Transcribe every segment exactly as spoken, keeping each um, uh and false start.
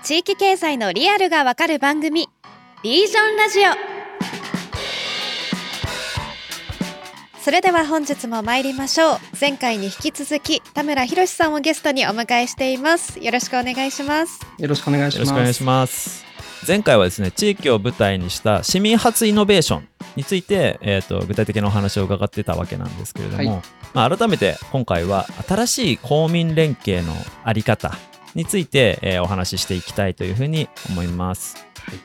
地域経済のリアルがわかる番組、リージョンラジオ。それでは本日も参りましょう。前回に引き続き田村博さんをゲストにお迎えしています。よろしくお願いします。 よろしくお願いします。 よろしくお願いします。前回はですね、地域を舞台にした市民発イノベーションについて、えー、と具体的なお話を伺ってたわけなんですけれども、はい、まあ、改めて今回は新しい公民連携のあり方について、えー、お話ししていきたいというふうに思います。はい、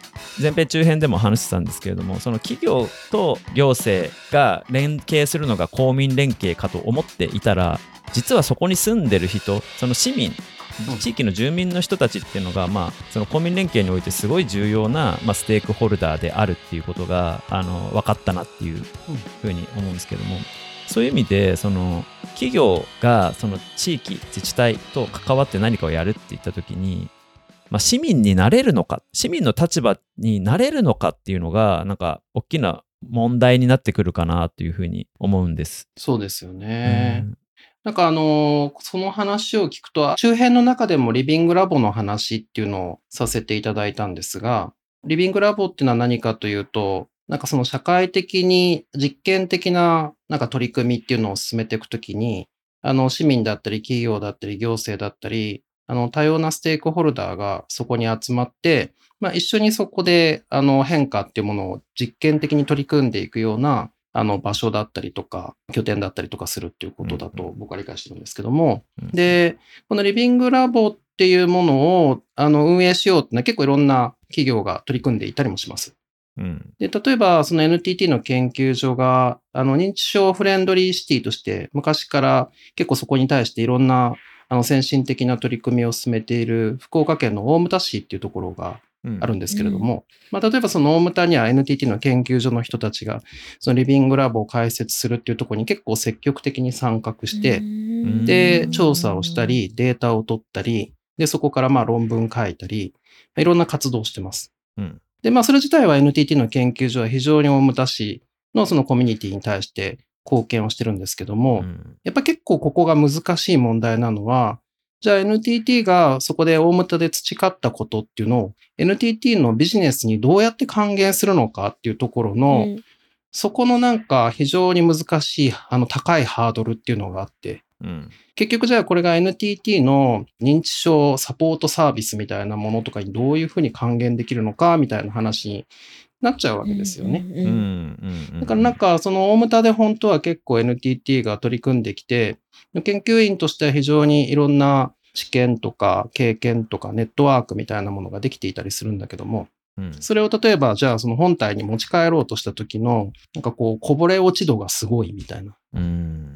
前編中編でも話してたんですけれども、その企業と行政が連携するのが公民連携かと思っていたら、実はそこに住んでる人、その市民、地域の住民の人たちっていうのが、まあ、その公民連携においてすごい重要な、まあ、ステークホルダーであるっていうことがあの分かったなっていうふうに思うんですけども、そういう意味でその企業がその地域自治体と関わって何かをやるっていった時に、まあ、市民になれるのか、市民の立場になれるのかっていうのがなんか大きな問題になってくるかなというふうに思うんです。 そうですよね。うん、なんかあのー、その話を聞くと、周辺の中でもリビングラボの話っていうのをさせていただいたんですが、リビングラボっていうのは何かというと、なんかその社会的に実験的ななんか取り組みっていうのを進めていくときに、あの市民だったり企業だったり行政だったり、あの多様なステークホルダーがそこに集まって、まあ、一緒にそこであの変化っていうものを実験的に取り組んでいくようなあの場所だったりとか拠点だったりとかするっていうことだと僕は理解してるんですけども、うんうん、でこのリビングラボっていうものをあの運営しようってのは結構いろんな企業が取り組んでいたりもします。うん、で例えばその エヌティーティー の研究所があの認知症フレンドリーシティとして昔から結構そこに対していろんなあの先進的な取り組みを進めている福岡県の大牟田市っていうところがあるんですけれども、うんまあ、例えばその大牟田には エヌティーティー の研究所の人たちがそのリビングラボを開設するっていうところに結構積極的に参画して、で調査をしたりデータを取ったりでそこからまあ論文書いたりいろんな活動をしてます。うんで、まあ、それ自体は エヌティーティー の研究所は非常に大牟田市のそのコミュニティに対して貢献をしてるんですけども、うん、やっぱ結構ここが難しい問題なのは、じゃあ エヌティーティー がそこで大牟田で培ったことっていうのを エヌティーティー のビジネスにどうやって還元するのかっていうところの、うん、そこのなんか非常に難しい、あの高いハードルっていうのがあって、うん、結局じゃあこれが エヌティーティー の認知症サポートサービスみたいなものとかにどういうふうに還元できるのかみたいな話になっちゃうわけですよね。だからなんかその大牟田で本当は結構 エヌティーティー が取り組んできて、研究員としては非常にいろんな知見とか経験とかネットワークみたいなものができていたりするんだけども、それを例えばじゃあその本体に持ち帰ろうとした時のなんかこうこぼれ落ち度がすごいみたいな。うん、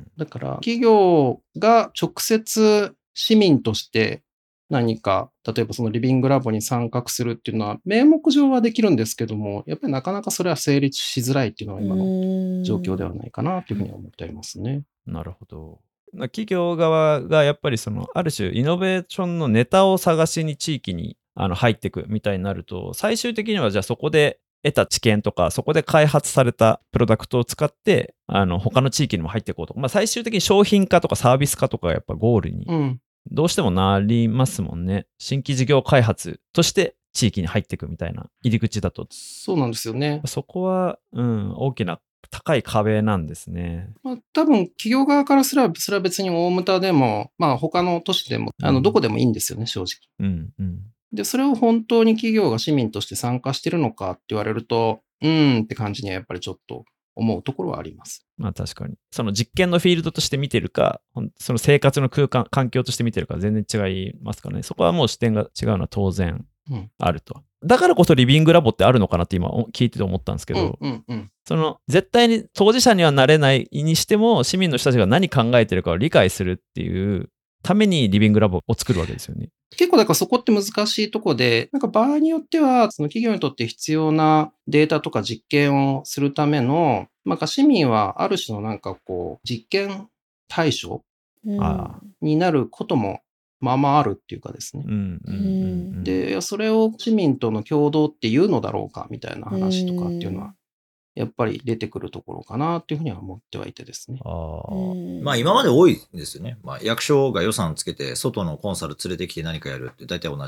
だから企業が直接市民として何か例えばそのリビングラボに参画するっていうのは名目上はできるんですけども、やっぱりなかなかそれは成立しづらいっていうのは今の状況ではないかなというふうに思っておりますね。 なるほど。企業側がやっぱりそのある種イノベーションのネタを探しに地域にあの入っていくみたいになると、最終的にはじゃあそこで得た知見とかそこで開発されたプロダクトを使ってあの他の地域にも入っていこうとか、まあ、最終的に商品化とかサービス化とかがやっぱゴールにどうしてもなりますもんね、うん、新規事業開発として地域に入っていくみたいな入り口だと。 そうなんですよね。 そこは、うん、大きな高い壁なんですね。 まあ、多分企業側からすればそれは別に大牟田でも、まあ、他の都市でも、うん、あのどこでもいいんですよね正直。うんうんで、それを本当に企業が市民として参加してるのかって言われると、うーんって感じにはやっぱりちょっと思うところはあります。 まあ確かに。その実験のフィールドとして見てるか、その生活の空間、環境として見てるか全然違いますからね。そこはもう視点が違うのは当然あると。うん、だからこそリビングラボってあるのかなって今聞いてて思ったんですけど、うんうんうん、その絶対に当事者にはなれないにしても市民の人たちが何考えてるかを理解するっていうためにリビングラボを作るわけですよね。 結構だからそこって難しいとこで、なんか場合によっては、その企業にとって必要なデータとか実験をするための、なんか市民はある種のなんかこう、実験対象になることもまあまああるっていうかですね。で、それを市民との共同っていうのだろうかみたいな話とかっていうのは、やっぱり出てくるところかなっていうふうには思ってはいてですね。 あまあ今まで多いんですよね。まあ役所が予算つけて外のコンサル連れてきて何かやるって大体同じ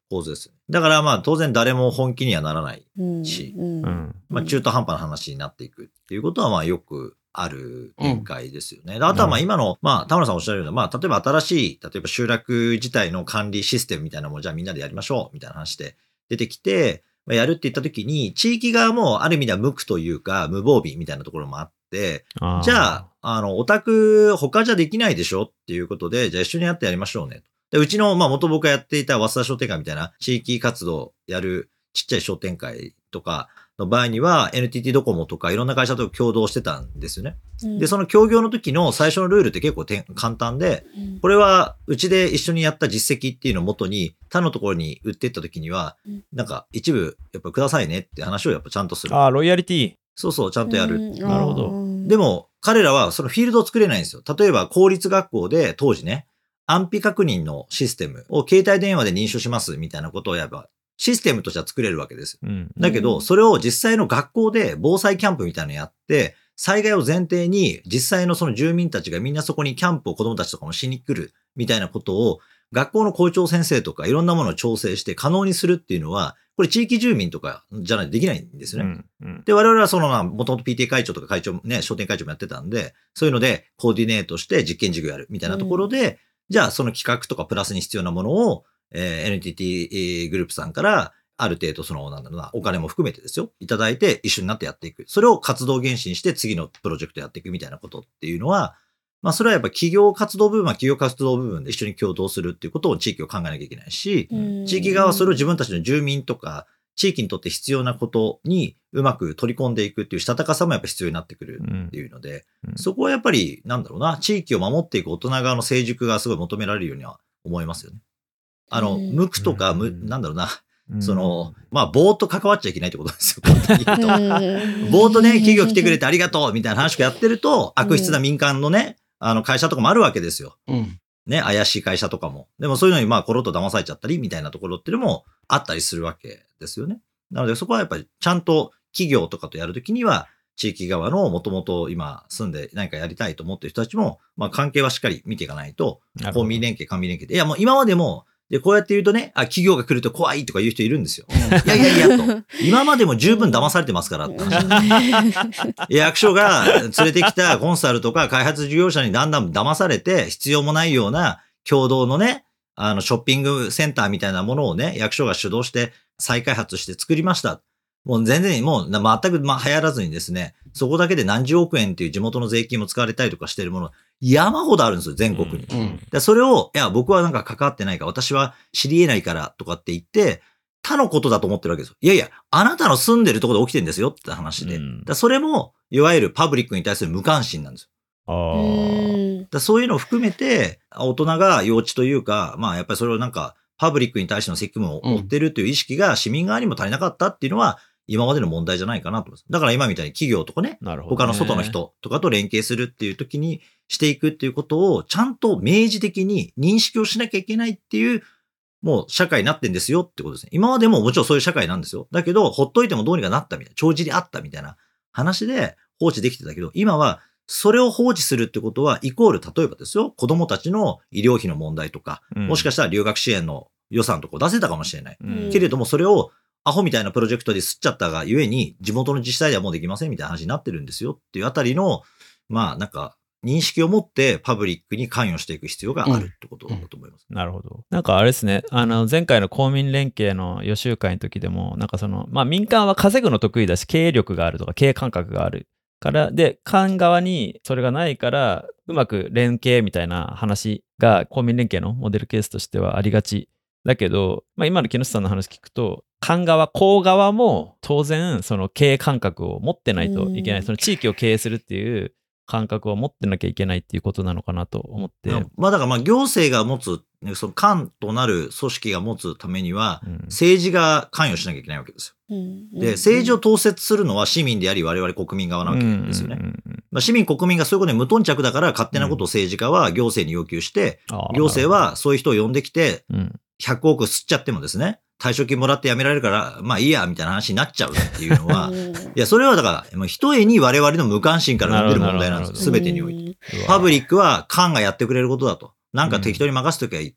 構図です。だからまあ当然誰も本気にはならないし、 うんうんまあ中途半端な話になっていくっていうことはまあよくある展開ですよね。うん、あとはまあ今の、まあ田村さんおっしゃるような、まあ例えば新しい、例えば集落自体の管理システムみたいなのもじゃあみんなでやりましょうみたいな話で出てきて、まあ、やるって言った時に地域側もある意味では無垢というか無防備みたいなところもあって、じゃあ、あの、オタク他じゃできないでしょっていうことで、じゃあ一緒にやってやりましょうねと。で、うちの、まあ、元僕がやっていた早稲田商店会みたいな地域活動やるちっちゃい商店会とかの場合には エヌティーティー ドコモとかいろんな会社と共同してたんですよね。うん、で、その協業の時の最初のルールって結構て簡単で、うん、これはうちで一緒にやった実績っていうのをもとに他のところに売っていった時には、うん、なんか一部やっぱくださいねって話をやっぱちゃんとする。 ああ、ロイヤリティ。 そうそう、ちゃんとやる。 うん、なるほど。 でも彼らはそのフィールドを作れないんですよ。例えば公立学校で当時ね、安否確認のシステムを携帯電話で認証しますみたいなことをやれば、システムとしては作れるわけです。うん、だけど、それを実際の学校で防災キャンプみたいなのやって、災害を前提に実際のその住民たちがみんなそこにキャンプを子供たちとかもしに来るみたいなことを学校の校長先生とかいろんなものを調整して可能にするっていうのは、これ地域住民とかじゃないとできないんですよね。うんうん、で、我々はその、もともと ピーティー 会長とか会長、ね、商店会長もやってたんで、そういうのでコーディネートして実験授業やるみたいなところで、うん、じゃあその企画とかプラスに必要なものを、えー、エヌティーティー グループさんからある程度その、なんだろうな、お金も含めてですよ、いただいて一緒になってやっていく。それを活動原資にして次のプロジェクトやっていくみたいなことっていうのは、まあそれはやっぱ企業活動部分は企業活動部分で一緒に共同するっていうことを地域を考えなきゃいけないし、地域側はそれを自分たちの住民とか地域にとって必要なことにうまく取り込んでいくっていうしたたかさもやっぱ必要になってくるっていうので、うんうん、そこはやっぱりなんだろうな、地域を守っていく大人側の成熟がすごい求められるようには思いますよね。あの、無垢とか、む、なんだろうな、その、まあ、ぼーっと関わっちゃいけないってことですよ。ぼーっとね、企業来てくれてありがとうみたいな話をやってると、悪質な民間のね、あの、会社とかもあるわけですよ。うん、ね、怪しい会社とかも。でもそういうのに、まあ、コロッと騙されちゃったり、みたいなところっていうのもあったりするわけですよね。なので、そこはやっぱり、ちゃんと企業とかとやるときには、地域側のもともと今住んで何かやりたいと思ってる人たちも、まあ、関係はしっかり見ていかないと、公民連携、官民連携で、いや、もう今までも、で、こうやって言うとね、あ、企業が来ると怖いとか言う人いるんですよ。いやいやいやと。今までも十分騙されてますからって話。役所が連れてきたコンサルとか開発事業者にだんだん騙されて、必要もないような共同のね、あの、ショッピングセンターみたいなものをね、役所が主導して再開発して作りました。もう全然、もう全くまあ流行らずにですね、そこだけで何十億円っていう地元の税金も使われたりとかしているもの、山ほどあるんですよ、全国に。うんうん、でそれを、いや、僕はなんか関わってないから、私は知り得ないからとかって言って、他のことだと思ってるわけですよ。いやいや、あなたの住んでるところで起きてるんですよって話で。うん、だそれも、いわゆるパブリックに対する無関心なんですよ。あだそういうのを含めて、大人が幼稚というか、まあやっぱりそれをなんか、パブリックに対しての責務を負ってるという意識が市民側にも足りなかったっていうのは、今までの問題じゃないかなと思います。だから今みたいに企業とかね、ね他の外の人とかと連携するっていう時にしていくっていうことをちゃんと明示的に認識をしなきゃいけないっていう、もう社会になってんですよってことですね。今までももちろんそういう社会なんですよ。だけど、ほっといてもどうにかなったみたいな、帳尻あったみたいな話で放置できてたけど、今はそれを放置するってことは、イコール、例えばですよ、子供たちの医療費の問題とか、うん、もしかしたら留学支援の予算とか出せたかもしれない。うん、けれども、それをアホみたいなプロジェクトで吸っちゃったがゆえに、地元の自治体ではもうできませんみたいな話になってるんですよっていうあたりの、まあなんか、認識を持ってパブリックに関与していく必要があるってことだと思います。 うんうん、なるほど。なんかあれですね、あの前回の公民連携の予習会の時でも、なんかその、まあ民間は稼ぐの得意だし、経営力があるとか、経営感覚があるから、で、官側にそれがないから、うまく連携みたいな話が公民連携のモデルケースとしてはありがち。だけど、まあ、今の木下さんの話聞くと、官側、公側も当然その経営感覚を持ってないといけない、その地域を経営するっていう感覚を持ってなきゃいけないっていうことなのかなと思って。 まあだからまあ行政が持つ、その官となる組織が持つためには、政治が関与しなきゃいけないわけですよ。うん、で、政治を統率するのは市民であり我々国民側なわけですよね。まあ、市民国民がそういうことに無頓着だから勝手なことを政治家は行政に要求して、うん、行政はそういう人を呼んできて、ひゃくおく吸っちゃってもですね、退職金もらって辞められるから、まあいいや、みたいな話になっちゃうっていうのは、いや、それはだから、ひとえに我々の無関心から生んでる問題なんですよ。すべてにおいて。パブリックは官がやってくれることだと。なんか適当に任せときゃいいと。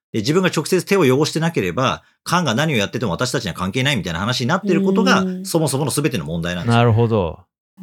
で、自分が直接手を汚してなければ、官が何をやってても私たちには関係ないみたいな話になっていることが、そもそもの全ての問題なんですよ。 なるほど。 うん。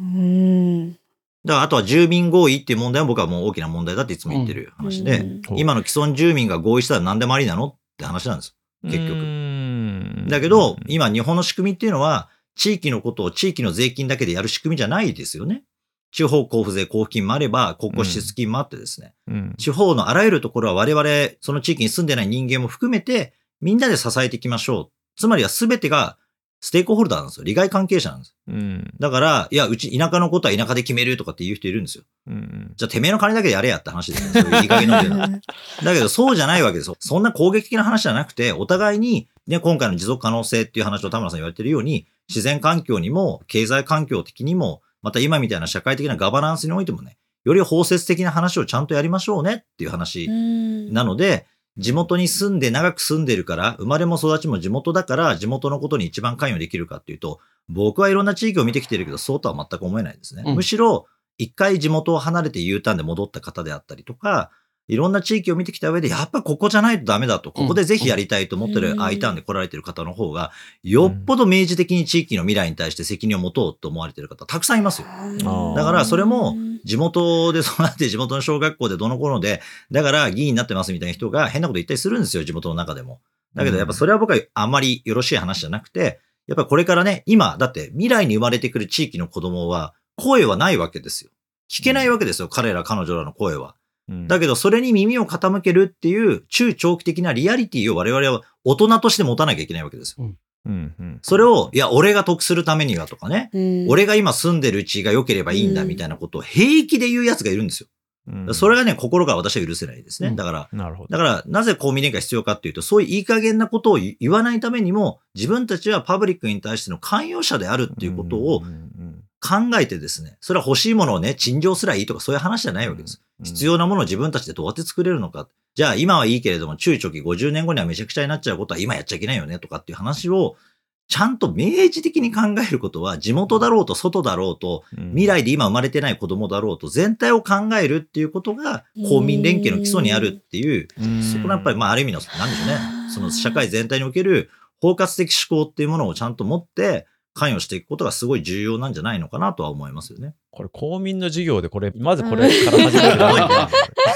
だからあとは住民合意っていう問題は僕はもう大きな問題だっていつも言ってる話で、うん、今の既存住民が合意したら何でもありなのって話なんです。結局。だけど、今日本の仕組みっていうのは、地域のことを地域の税金だけでやる仕組みじゃないですよね。地方交付税交付金もあれば、国庫支出金もあってですね、うん、地方のあらゆるところは我々、その地域に住んでない人間も含めて、みんなで支えていきましょう。つまりは全てがステークホルダーなんですよ。利害関係者なんです。うん、だから、いや、うち田舎のことは田舎で決めるとかって言う人いるんですよ。うん、じゃあ、てめえの金だけでやれやって話ですね。そういういい加減のな。だけど、そうじゃないわけですよ。そんな攻撃的な話じゃなくて、お互いに、ね、今回の持続可能性っていう話を田村さん言われてるように、自然環境にも、経済環境的にも、また今みたいな社会的なガバナンスにおいてもね、より包摂的な話をちゃんとやりましょうねっていう話なので、地元に住んで長く住んでるから、生まれも育ちも地元だから、地元のことに一番関与できるかっていうと、僕はいろんな地域を見てきてるけど、そうとは全く思えないですね。うん、むしろ、一回地元を離れて U ターンで戻った方であったりとか、いろんな地域を見てきた上で、やっぱここじゃないとダメだと、ここでぜひやりたいと思ってる I ターンで来られてる方の方が、よっぽど明示的に地域の未来に対して責任を持とうと思われてる方、たくさんいますよ。だからそれも、地元で育って地元の小学校でどの頃で、だから議員になってますみたいな人が変なこと言ったりするんですよ、地元の中でも。だけどやっぱそれは僕はあんまりよろしい話じゃなくて、やっぱこれからね、今、だって未来に生まれてくる地域の子供は、声はないわけですよ。聞けないわけですよ、彼ら彼女らの声は。だけど、それに耳を傾けるっていう中長期的なリアリティを我々は大人として持たなきゃいけないわけですよ。うんうんうん、それを、いや、俺が得するためにはとかね、うん、俺が今住んでるうちが良ければいいんだみたいなことを平気で言う奴がいるんですよ。うん、それがね、心から私は許せないですね。だから、なるほど。だから、なぜ公民連携が必要かっていうと、そういういい加減なことを言わないためにも、自分たちはパブリックに対しての関与者であるっていうことを考えてですね、それは欲しいものをね、陳情すらいいとかそういう話じゃないわけです。うん、必要なものを自分たちでどうやって作れるのか。じゃあ今はいいけれども、中長期ごじゅうねんごにはめちゃくちゃになっちゃうことは今やっちゃいけないよねとかっていう話を、ちゃんと明示的に考えることは、地元だろうと外だろうと、未来で今生まれてない子供だろうと、全体を考えるっていうことが、公民連携の基礎にあるっていう、そこのやっぱり、まあある意味の、なんでしょうね。その社会全体における包括的思考っていうものをちゃんと持って、関与していくことがすごい重要なんじゃないのかなとは思いますよね。 これ公民の授業でこれ、まずこれから始めるだけだ。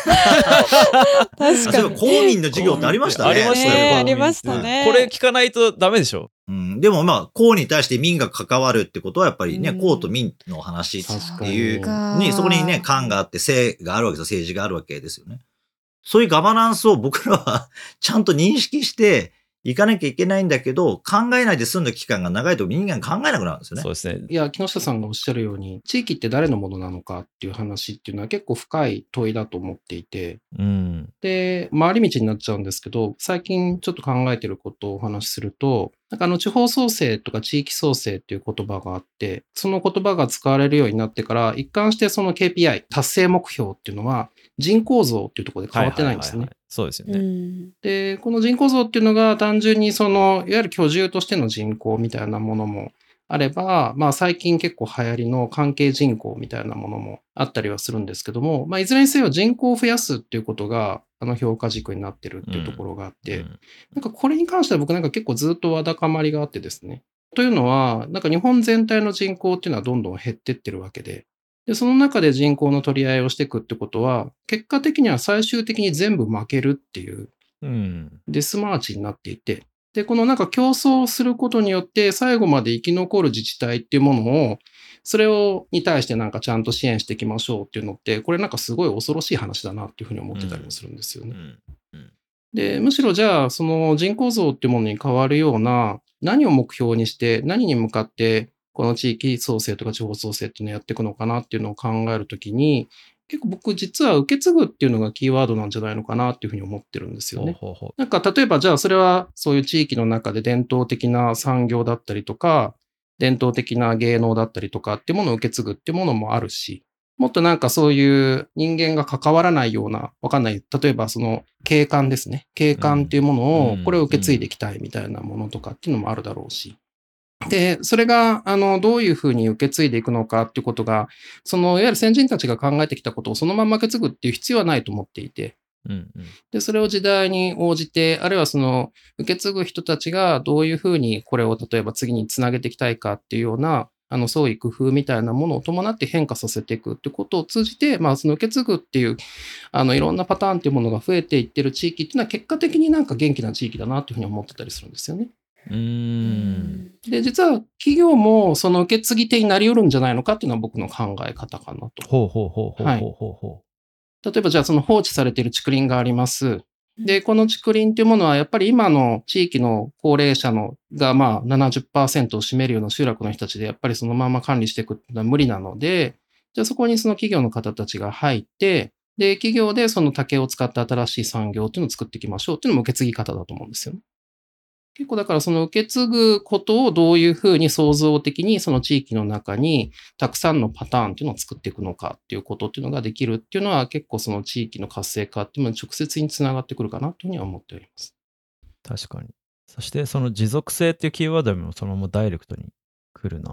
確かに。 公民の授業ってありましたね。 ありましたね。ありましたね。 これ聞かないとダメでしょ。 うん、でもまあ、公に対して民が関わるってことはやっぱりね、うん、公と民の話っていうに、そこにね、官があって政があるわけですよ。政治があるわけですよね。そういうガバナンスを僕らはちゃんと認識して、行かなきゃいけないんだけど、考えないで済んだ期間が長いと人間考えなくなるんですよね。 そうですね。 いや、木下さんがおっしゃるように、地域って誰のものなのかっていう話っていうのは結構深い問いだと思っていて、うん、で、回り道になっちゃうんですけど、最近ちょっと考えてることをお話しすると、なんかあの地方創生とか地域創生っていう言葉があって、その言葉が使われるようになってから、一貫してその ケーピーアイ、達成目標っていうのは人口増っていうところで変わってないんですね。はいはいはいはい、 そうですよね、うん。 で、この人口増っていうのが単純にその、いわゆる居住としての人口みたいなものもあれば、まあ最近結構流行りの関係人口みたいなものもあったりはするんですけども、まあいずれにせよ人口を増やすっていうことが、あの評価軸になってるっていうところがあって、うんうん、なんかこれに関しては僕なんか結構ずっとわだかまりがあってですね。というのは、なんか日本全体の人口っていうのはどんどん減ってってるわけで、で、その中で人口の取り合いをしていくってことは、結果的には最終的に全部負けるっていう、うん、デスマーチになっていて、で、このなんか競争することによって最後まで生き残る自治体っていうものを、それを、に対してなんかちゃんと支援していきましょうっていうのって、これなんかすごい恐ろしい話だなっていうふうに思ってたりもするんですよね。うんうんうん、で、むしろじゃあ、その人口増っていうものに変わるような、何を目標にして、何に向かって、この地域創生とか地方創生っていうのをやっていくのかなっていうのを考えるときに、結構僕実は受け継ぐっていうのがキーワードなんじゃないのかなっていうふうに思ってるんですよね。ほうほうほう。なんか例えばじゃあそれはそういう地域の中で伝統的な産業だったりとか、伝統的な芸能だったりとかっていうものを受け継ぐっていうものもあるし、もっとなんかそういう人間が関わらないような、わかんない、例えばその景観ですね。景観っていうものを、これを受け継いでいきたいみたいなものとかっていうのもあるだろうし。で、それが、あの、どういうふうに受け継いでいくのかっていうことが、その、いわゆる先人たちが考えてきたことをそのまま受け継ぐっていう必要はないと思っていて、 うんうん、 で、それを時代に応じて、あるいはその受け継ぐ人たちがどういうふうにこれを例えば次につなげていきたいかっていうような、あの創意工夫みたいなものを伴って変化させていくってことを通じて、まあその受け継ぐっていう、あのいろんなパターンっていうものが増えていってる地域っていうのは結果的になんか元気な地域だなっていうふうに思ってたりするんですよね。 うーんで、実は企業もその受け継ぎ手になり得るんじゃないのかっていうのは僕の考え方かなと。 ほうほうほうほうほうほうほう。はい、 例えばじゃあその放置されている竹林があります。で、この竹林っていうものはやっぱり今の地域の高齢者のがまあ ななじゅっパーセント を占めるような集落の人たちでやっぱりそのまま管理していくっていうのは無理なので、じゃあそこにその企業の方たちが入って、で、企業でその竹を使った新しい産業っていうのを作っていきましょうっていうのも受け継ぎ方だと思うんですよね。結構だからその受け継ぐことをどういうふうに創造的にその地域の中にたくさんのパターンっていうのを作っていくのかっていうことっていうのができるっていうのは結構その地域の活性化っていうのに直接につながってくるかなというふうには思っております。 確かに。そしてその持続性っていうキーワードもそのままダイレクトに来るな。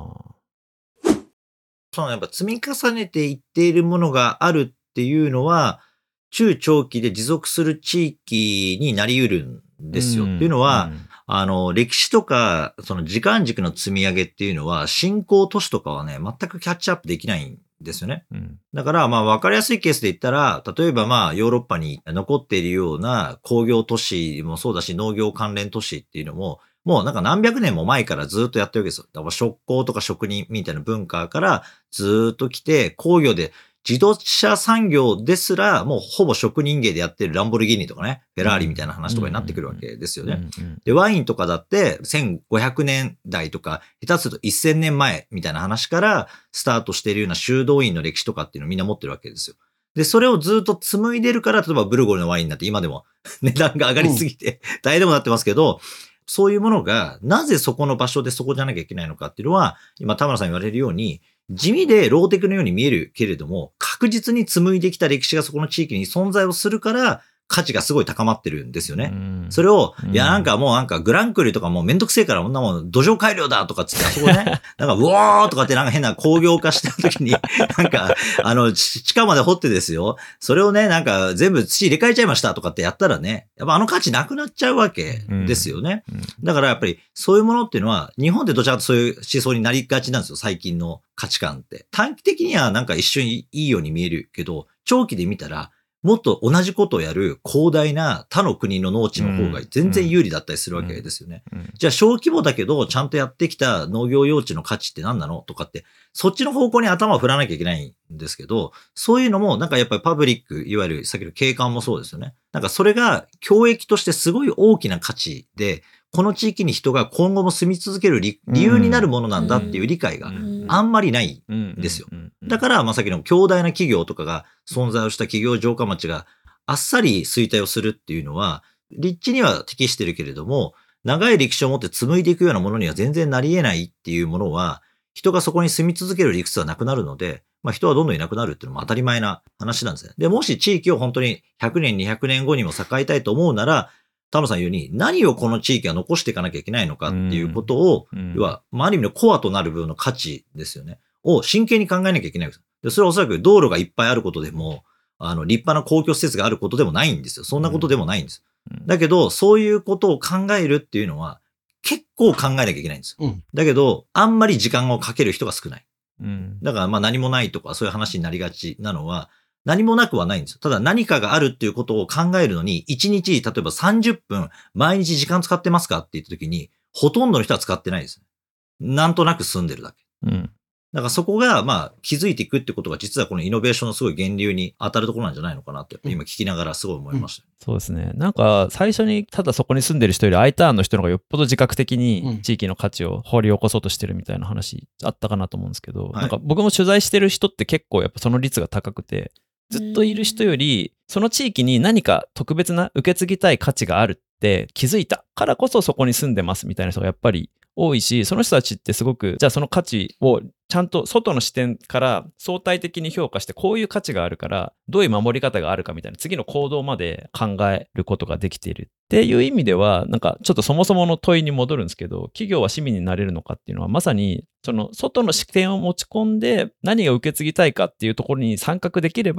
そのやっぱ積み重ねていっているものがあるっていうのは中長期で持続する地域になり得るんですよ。うん、っていうのは、うんあの、歴史とか、その時間軸の積み上げっていうのは、新興都市とかはね、全くキャッチアップできないんですよね。うん、だから、まあ、わかりやすいケースで言ったら、例えばまあ、ヨーロッパに残っているような工業都市もそうだし、農業関連都市っていうのも、もうなんか何百年も前からずっとやってるわけですよ。だから職工とか職人みたいな文化からずっと来て、工業で、自動車産業ですら、もうほぼ職人芸でやってるランボルギーニとかね、フェラーリみたいな話とかになってくるわけですよね。で、ワインとかだってせんごひゃくねんだいとか、下手するとせんねんまえみたいな話からスタートしているような修道院の歴史とかっていうのをみんな持ってるわけですよ。で、それをずっと紡いでるから、例えばブルゴーニュのワインになって今でも値段が上がりすぎて大変でもなってますけど、そういうものがなぜそこの場所でそこじゃなきゃいけないのかっていうのは、今田村さん言われるように、地味でローテクのように見えるけれども、確実に紡いできた歴史がそこの地域に存在をするから、価値がすごい高まってるんですよね。それを、いやなんかもうなんかグランクリとかもうめんどくせえから、こんなもん土壌改良だとかつって、あそこね、なんかうおーとかってなんか変な工業化してる時に、なんか、あの、地下まで掘ってですよ。それをね、なんか全部土入れ替えちゃいましたとかってやったらね、やっぱあの価値なくなっちゃうわけですよね。だからやっぱりそういうものっていうのは、日本でどちらかとそういう思想になりがちなんですよ、最近の価値観って。短期的にはなんか一瞬いいように見えるけど、長期で見たら、もっと同じことをやる広大な他の国の農地の方が全然有利だったりするわけですよね。うんうん、じゃあ小規模だけどちゃんとやってきた農業用地の価値って何なのとかって、そっちの方向に頭を振らなきゃいけないんですけど、そういうのもなんかやっぱりパブリック、いわゆるさっきの景観もそうですよね。なんかそれが教益としてすごい大きな価値で、この地域に人が今後も住み続ける 理, 理由になるものなんだっていう理解があんまりないんですよ。だから、まあ、さっきの強大な企業とかが存在をした企業城下町があっさり衰退をするっていうのは、立地には適してるけれども、長い歴史を持って紡いでいくようなものには全然なり得ないっていうものは、人がそこに住み続ける理屈はなくなるので、まあ、人はどんどんいなくなるっていうのも当たり前な話なんですね。で、もし地域を本当にひゃくねん、にひゃくねんごにも栄えたいと思うなら、田野さん言うように、何をこの地域が残していかなきゃいけないのかっていうことを、うん、要は、まあ、ある意味のコアとなる部分の価値ですよね。を真剣に考えなきゃいけないんです。で、それはおそらく道路がいっぱいあることでも、あの、立派な公共施設があることでもないんですよ。そんなことでもないんです。うん、だけど、そういうことを考えるっていうのは、結構考えなきゃいけないんです。うん、だけど、あんまり時間をかける人が少ない。うん、だから、まあ何もないとか、そういう話になりがちなのは、何もなくはないんですよ。ただ何かがあるっていうことを考えるのに、いちにち、例えばさんじゅっぷん、毎日時間使ってますかって言ったときに、ほとんどの人は使ってないです。なんとなく住んでるだけ。うん。だからそこが、まあ、気づいていくってことが、実はこのイノベーションのすごい源流に当たるところなんじゃないのかなって、今聞きながらすごい思いました、うんうん。そうですね。なんか、最初にただそこに住んでる人より I ターンの人の方がよっぽど自覚的に地域の価値を掘り起こそうとしてるみたいな話あったかなと思うんですけど、はい、なんか僕も取材してる人って結構やっぱその率が高くて、ずっといる人より、その地域に何か特別な受け継ぎたい価値があるって気づいたからこそそこに住んでますみたいな人がやっぱり多いし、その人たちってすごく、じゃあその価値をちゃんと外の視点から相対的に評価して、こういう価値があるから、どういう守り方があるかみたいな、次の行動まで考えることができているっていう意味では、なんかちょっとそもそもの問いに戻るんですけど、企業は市民になれるのかっていうのは、まさにその外の視点を持ち込んで、何を受け継ぎたいかっていうところに参画できれば、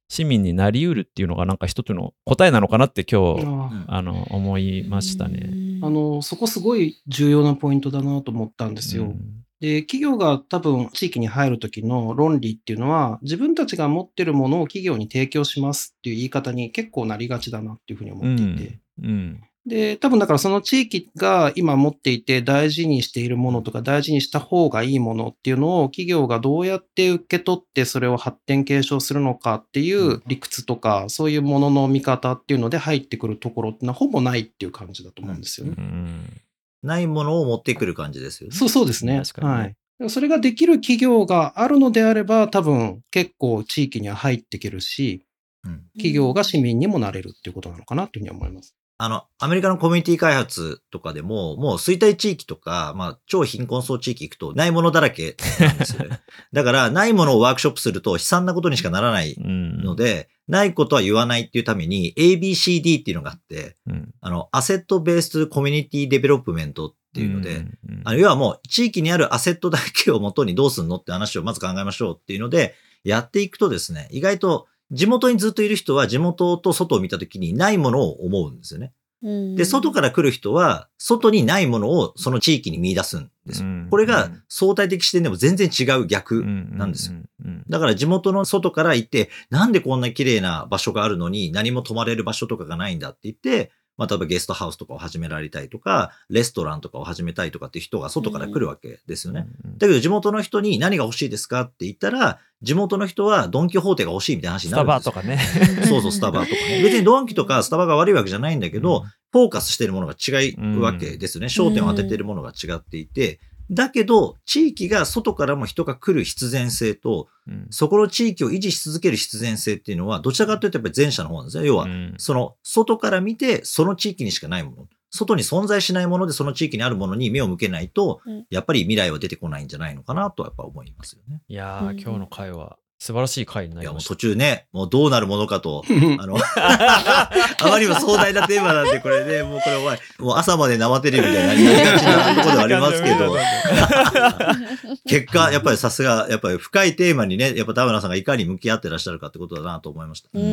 市民になりうるっていうのがなんか一つの答えなのかなって今日ああの思いましたね。 あの、そこすごい重要なポイントだなと思ったんですよ。 うんで、企業が多分地域に入る時の論理っていうのは、自分たちが持ってるものを企業に提供しますっていう言い方に結構なりがちだなっていうふうに思っていて。 うんで、多分だからその地域が今持っていて大事にしているものとか大事にした方がいいものっていうのを企業がどうやって受け取ってそれを発展継承するのかっていう理屈とかそういうものの見方っていうので入ってくるところってのはほぼないっていう感じだと思うんですよね。 うんないものを持ってくる感じですよね。 そうそうですね。 確かにねはい。それができる企業があるのであれば多分結構地域には入っていけるし、 うん企業が市民にもなれるっていうことなのかなというふうに思います。 あの、アメリカのコミュニティ開発とかでも、もう衰退地域とか、まあ、超貧困層地域行くと、ないものだらけなんですよね。だから、ないものをワークショップすると悲惨なことにしかならないので、うん、ないことは言わないっていうために、エービーシーディー っていうのがあって、うん、あの、アセットベースコミュニティデベロップメントっていうので、うんうん、あの要はもう、地域にあるアセットだけをもとにどうすんのって話をまず考えましょうっていうので、やっていくとですね、意外と地元にずっといる人は地元と外を見たときにないものを思うんですよね。で、外から来る人は、外にないものをその地域に見出すんですよ。これが相対的視点でも全然違う逆なんですよ。だから地元の外から行って、なんでこんな綺麗な場所があるのに何も泊まれる場所とかがないんだって言って、まあ、例えばゲストハウスとかを始められたいとか、レストランとかを始めたいとかっていう人が外から来るわけですよね。だけど地元の人に何が欲しいですかって言ったら、地元の人はドンキホーテが欲しいみたいな話になるんですよ。 スタバとかね。 そうそう、スタバとかね。別にドンキとかスタバが悪いわけじゃないんだけど、フォーカスしているものが違うわけですよね。焦点を当てているものが違っていて、だけど、地域が外からも人が来る必然性と、うん、そこの地域を維持し続ける必然性っていうのは、どちらかというとやっぱり前者の方なんですね。要は、うん、その、外から見て、その地域にしかないもの。外に存在しないもので、その地域にあるものに目を向けないと、うん、やっぱり未来は出てこないんじゃないのかなと、やっぱ思いますよね。 いやー、今日の回は、素晴らしい回になりました。 いやもう途中ね、もうどうなるものかと、あの、あまりにも壮大なテーマなんで、これね、もうこれお前、もう朝まで生テレビみたいになりがちなところではありますけど、結果、やっぱりさすが、やっぱり深いテーマにね、やっぱ田村さんがいかに向き合ってらっしゃるかってことだなと思いました。 うん。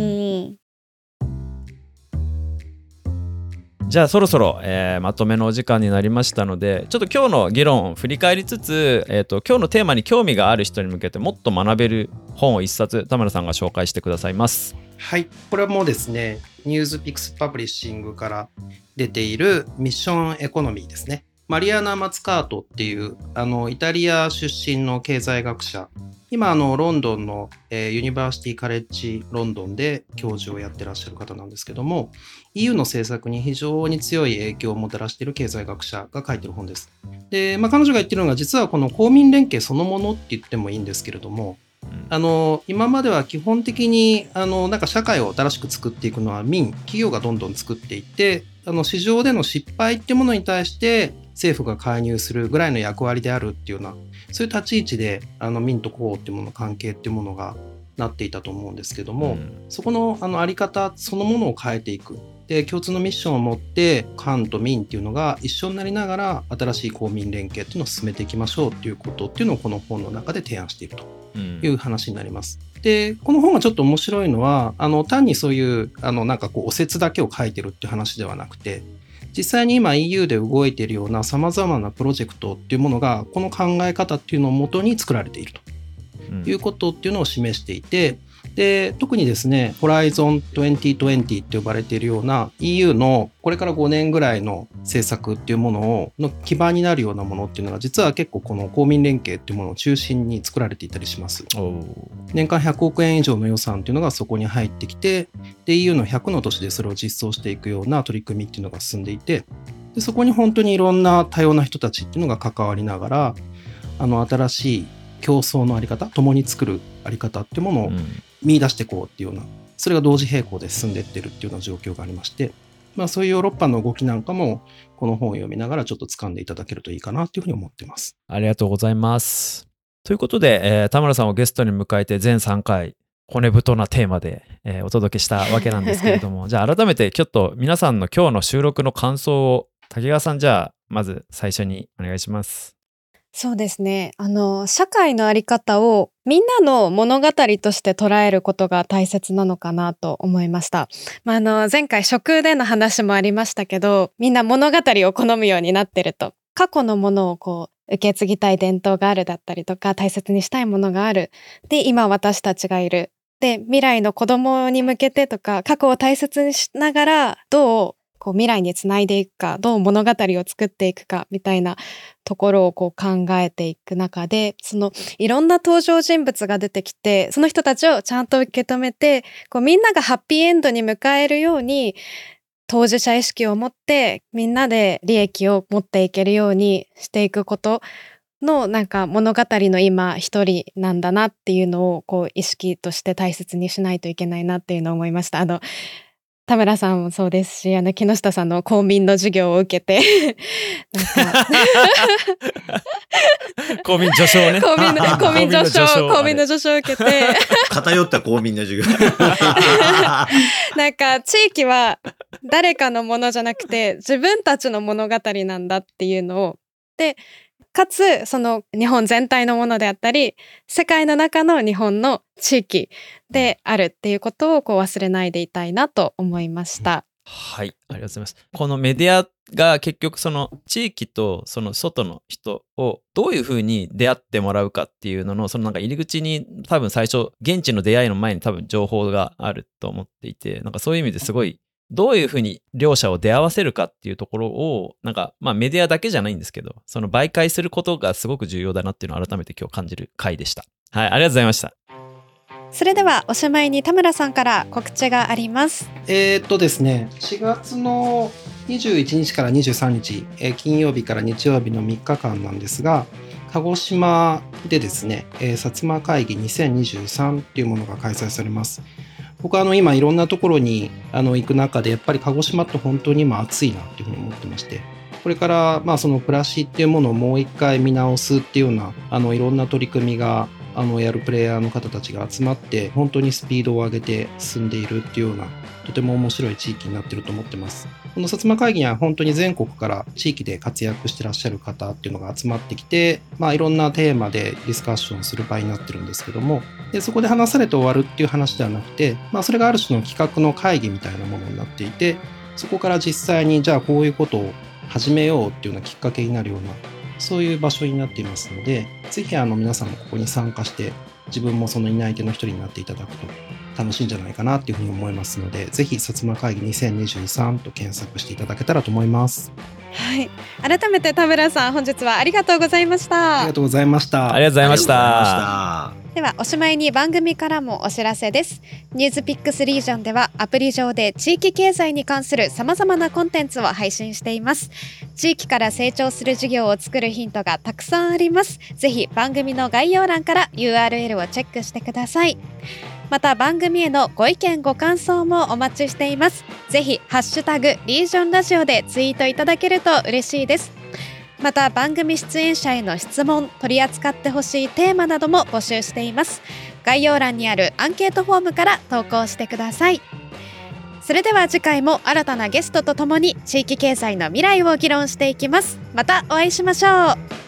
じゃあそろそろ、えー、まとめのお時間になりましたので、ちょっと今日の議論を振り返りつつ、えーと、今日のテーマに興味がある人に向けてもっと学べる本を一冊田村さんが紹介してくださいます。 はい、これはもうですね、ニュースピックスパブリッシングから出ているミッションエコノミーですね。マリアナ・マツカートっていうあのイタリア出身の経済学者、今あのロンドンの、えー、ユニバーシティカレッジロンドンで教授をやってらっしゃる方なんですけども、 イーユー の政策に非常に強い影響をもたらしている経済学者が書いている本です。で、まあ、彼女が言っているのが実はこの公民連携そのものって言ってもいいんですけれども、あの今までは基本的にあのなんか社会を新しく作っていくのは民企業がどんどん作っていって、あの市場での失敗っていうものに対して政府が介入するぐらいの役割であるっていうような、そういう立ち位置であの民と公っていうものの関係っていうものがなっていたと思うんですけども、うん、そこのあのあり方そのものを変えていく。で、共通のミッションを持って官と民っていうのが一緒になりながら新しい公民連携っていうのを進めていきましょうっていうことっていうのをこの本の中で提案しているという話になります。うん、で、この本がちょっと面白いのは、あの単にそういうあのなんかこうお説だけを書いてるっていう話ではなくて、実際に今 イーユー で動いているような様々なプロジェクトっていうものがこの考え方っていうのをもとに作られているということっていうのを示していて、で特にですね、ホライゾンにせんにじゅうって呼ばれているような イーユー のこれからごねんぐらいの政策っていうものをの基盤になるようなものっていうのが実は結構この公民連携っていうものを中心に作られていたりします。年間ひゃくおくえん以上の予算っていうのがそこに入ってきて、で イーユー のひゃくの都市でそれを実装していくような取り組みっていうのが進んでいて、でそこに本当にいろんな多様な人たちっていうのが関わりながら、あの新しい競争のあり方、共に作るあり方っていうものを見出していこうっていうような、それが同時並行で進んでいってるっていうような状況がありまして、まあそういうヨーロッパの動きなんかもこの本を読みながらちょっと掴んでいただけるといいかなというふうに思っています。 ありがとうございます。ということで、えー、田村さんをゲストに迎えて全さんかい骨太なテーマで、えー、お届けしたわけなんですけれどもじゃあ改めてちょっと皆さんの今日の収録の感想を滝川さん、じゃあまず最初にお願いします。 そうですね、あの社会のあり方をみんなの物語として捉えることが大切なのかなと思いました。まあ、あの前回食での話もありましたけど、みんな物語を好むようになってると。過去のものをこう受け継ぎたい伝統があるだったりとか、大切にしたいものがある。で、今私たちがいる。で、未来の子供に向けてとか、過去を大切にしながら、どうこう未来につないでいくか、どう物語を作っていくかみたいなところをこう考えていく中で、そのいろんな登場人物が出てきて、その人たちをちゃんと受け止めて、こうみんながハッピーエンドに迎えるように、当事者意識を持ってみんなで利益を持っていけるようにしていくことのなんか物語の今一人なんだなっていうのをこう意識として大切にしないといけないなっていうのを思いました。あの田村さんもそうですし、あの木下さんの公民の授業を受けてなんか公民序章ね。 公民の公民序章公民の序章を受けて偏った公民の授業なんか地域は誰かのものじゃなくて自分たちの物語なんだっていうのを、でかつその日本全体のものであったり世界の中の日本の地域であるっていうことをこう忘れないでいたいなと思いました。 はい、ありがとうございます。このメディアが結局その地域とその外の人をどういうふうに出会ってもらうかっていうののそのなんか入り口に多分最初現地の出会いの前に多分情報があると思っていて、なんかそういう意味ですごいどういうふうに両者を出会わせるかっていうところをなんかまあメディアだけじゃないんですけど、その媒介することがすごく重要だなっていうのを改めて今日感じる回でした。はい、ありがとうございました。 それではおしまいに田村さんから告知があります。 えー、っとですねしがつのにじゅういちにちからにじゅうさんにち、えー、金曜日から日曜日のみっかかんなんですが、鹿児島でですね、えー、薩摩会議にせんにじゅうさんっていうものが開催されます。僕はあの今いろんなところにあの行く中でやっぱり鹿児島って本当に今暑いなっていうふうに思ってまして、これからまあその暮らしっていうものをもう一回見直すっていうようなあのいろんな取り組みがあのやるプレイヤーの方たちが集まって本当にスピードを上げて進んでいるっていうようなとても面白い地域になっていると思ってます。この薩摩会議には本当に全国から地域で活躍してらっしゃる方っていうのが集まってきて、まあ、いろんなテーマでディスカッションする場になってるんですけども、でそこで話されて終わるっていう話ではなくて、まあ、それがある種の企画の会議みたいなものになっていて、そこから実際にじゃあこういうことを始めようっていうようなきっかけになるようなそういう場所になっていますので、ぜひあの皆さんもここに参加して自分もその担い手の一人になっていただくと楽しいんじゃないかなっていうふうに思いますので、ぜひ薩摩会議にせんにじゅうさんと検索していただけたらと思います。 はい、改めて田村さん本日はありがとうございました。 ありがとうございました。 ありがとうございました。 ではおしまいに番組からもお知らせです。ニュースピックスリージョンではアプリ上で地域経済に関する様々なコンテンツを配信しています。地域から成長する事業を作るヒントがたくさんあります。ぜひ番組の概要欄から ユーアールエル をチェックしてください。また番組へのご意見ご感想もお待ちしています。ぜひハッシュタグリージョンラジオでツイートいただけると嬉しいです。また番組出演者への質問、取り扱ってほしいテーマなども募集しています。概要欄にあるアンケートフォームから投稿してください。それでは次回も新たなゲストとともに地域経済の未来を議論していきます。またお会いしましょう。